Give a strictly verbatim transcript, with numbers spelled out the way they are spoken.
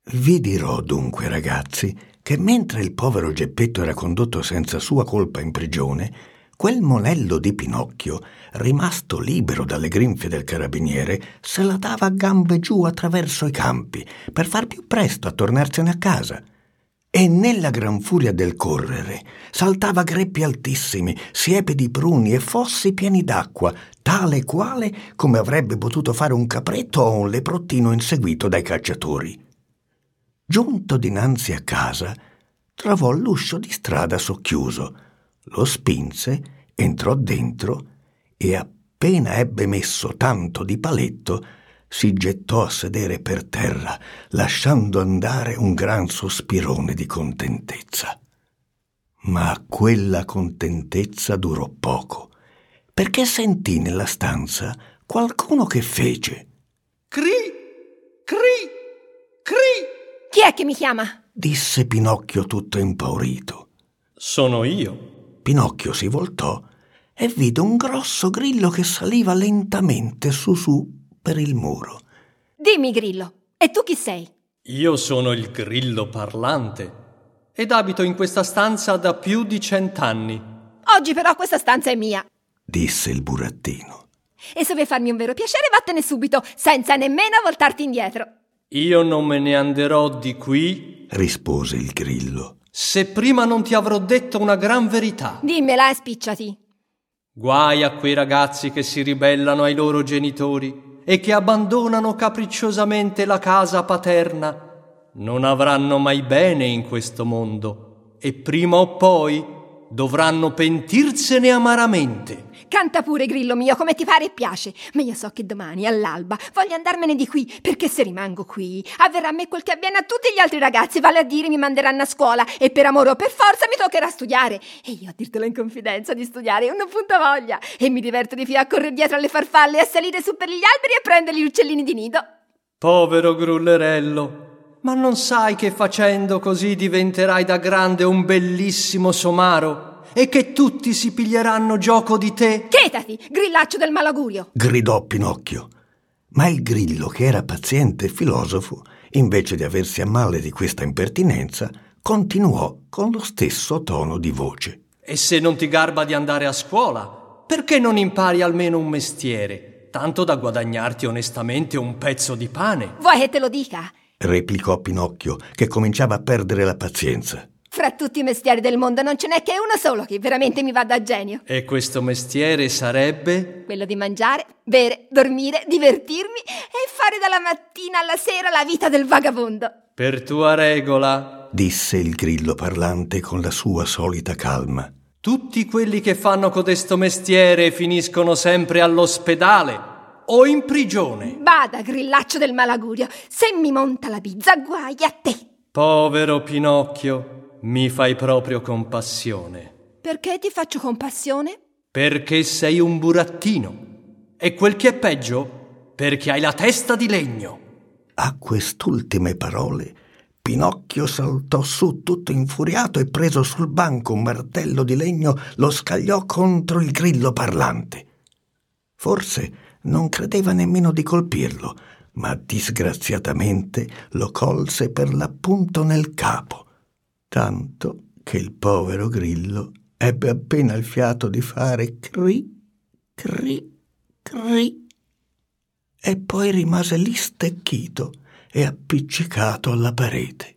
Vi dirò dunque, ragazzi, che mentre il povero Geppetto era condotto senza sua colpa in prigione, quel monello di Pinocchio, rimasto libero dalle grinfie del carabiniere, se la dava a gambe giù attraverso i campi per far più presto a tornarsene a casa. E nella gran furia del correre saltava greppi altissimi, siepi di pruni e fossi pieni d'acqua, tale e quale come avrebbe potuto fare un capretto o un leprottino inseguito dai cacciatori. Giunto dinanzi a casa, trovò l'uscio di strada socchiuso, lo spinse, entrò dentro e appena ebbe messo tanto di paletto, si gettò a sedere per terra, lasciando andare un gran sospirone di contentezza. Ma quella contentezza durò poco, perché sentì nella stanza qualcuno che fece «Cri, cri, cri!» «Chi è che mi chiama?» disse Pinocchio tutto impaurito. «Sono io». Pinocchio si voltò e vide un grosso grillo che saliva lentamente su su per il muro. «Dimmi, Grillo, e tu chi sei?» «Io sono il grillo parlante ed abito in questa stanza da più di cent'anni». «Oggi però questa stanza è mia», disse il burattino. «E se vuoi farmi un vero piacere, vattene subito, senza nemmeno voltarti indietro». «Io non me ne anderò di qui», rispose il grillo, «se prima non ti avrò detto una gran verità». «Dimmela e spicciati». «Guai a quei ragazzi che si ribellano ai loro genitori e che abbandonano capricciosamente la casa paterna. Non avranno mai bene in questo mondo e prima o poi dovranno pentirsene amaramente». «Canta pure, Grillo mio, come ti pare e piace, ma io so che domani all'alba voglio andarmene di qui, perché se rimango qui avverrà a me quel che avviene a tutti gli altri ragazzi, vale a dire mi manderanno a scuola e per amore o per forza mi toccherà studiare. E io, a dirtelo in confidenza, di studiare non punta voglia e mi diverto di più a correre dietro alle farfalle e a salire su per gli alberi e prendere gli uccellini di nido». «Povero grullerello, ma non sai che facendo così diventerai da grande un bellissimo somaro e che tutti si piglieranno gioco di te?» «Chetati, grillaccio del malaugurio!» gridò Pinocchio. Ma il grillo, che era paziente e filosofo, invece di aversi a male di questa impertinenza, continuò con lo stesso tono di voce. «E se non ti garba di andare a scuola, perché non impari almeno un mestiere, tanto da guadagnarti onestamente un pezzo di pane?» «Vuoi che te lo dica?» replicò Pinocchio, che cominciava a perdere la pazienza. «Fra tutti i mestieri del mondo non ce n'è che uno solo che veramente mi va da genio». «E questo mestiere sarebbe?» «Quello di mangiare, bere, dormire, divertirmi e fare dalla mattina alla sera la vita del vagabondo». «Per tua regola», disse il grillo parlante con la sua solita calma, «tutti quelli che fanno codesto mestiere finiscono sempre all'ospedale o in prigione». «Bada, grillaccio del malaugurio, se mi monta la bizza, guai a te». «Povero Pinocchio, mi fai proprio compassione». «Perché ti faccio compassione?» «Perché sei un burattino. E quel che è peggio, perché hai la testa di legno». A quest'ultime parole Pinocchio saltò su tutto infuriato e preso sul banco un martello di legno lo scagliò contro il grillo parlante. Forse non credeva nemmeno di colpirlo, ma disgraziatamente lo colse per l'appunto nel capo, tanto che il povero grillo ebbe appena il fiato di fare cri, cri, cri, e poi rimase lì stecchito e appiccicato alla parete.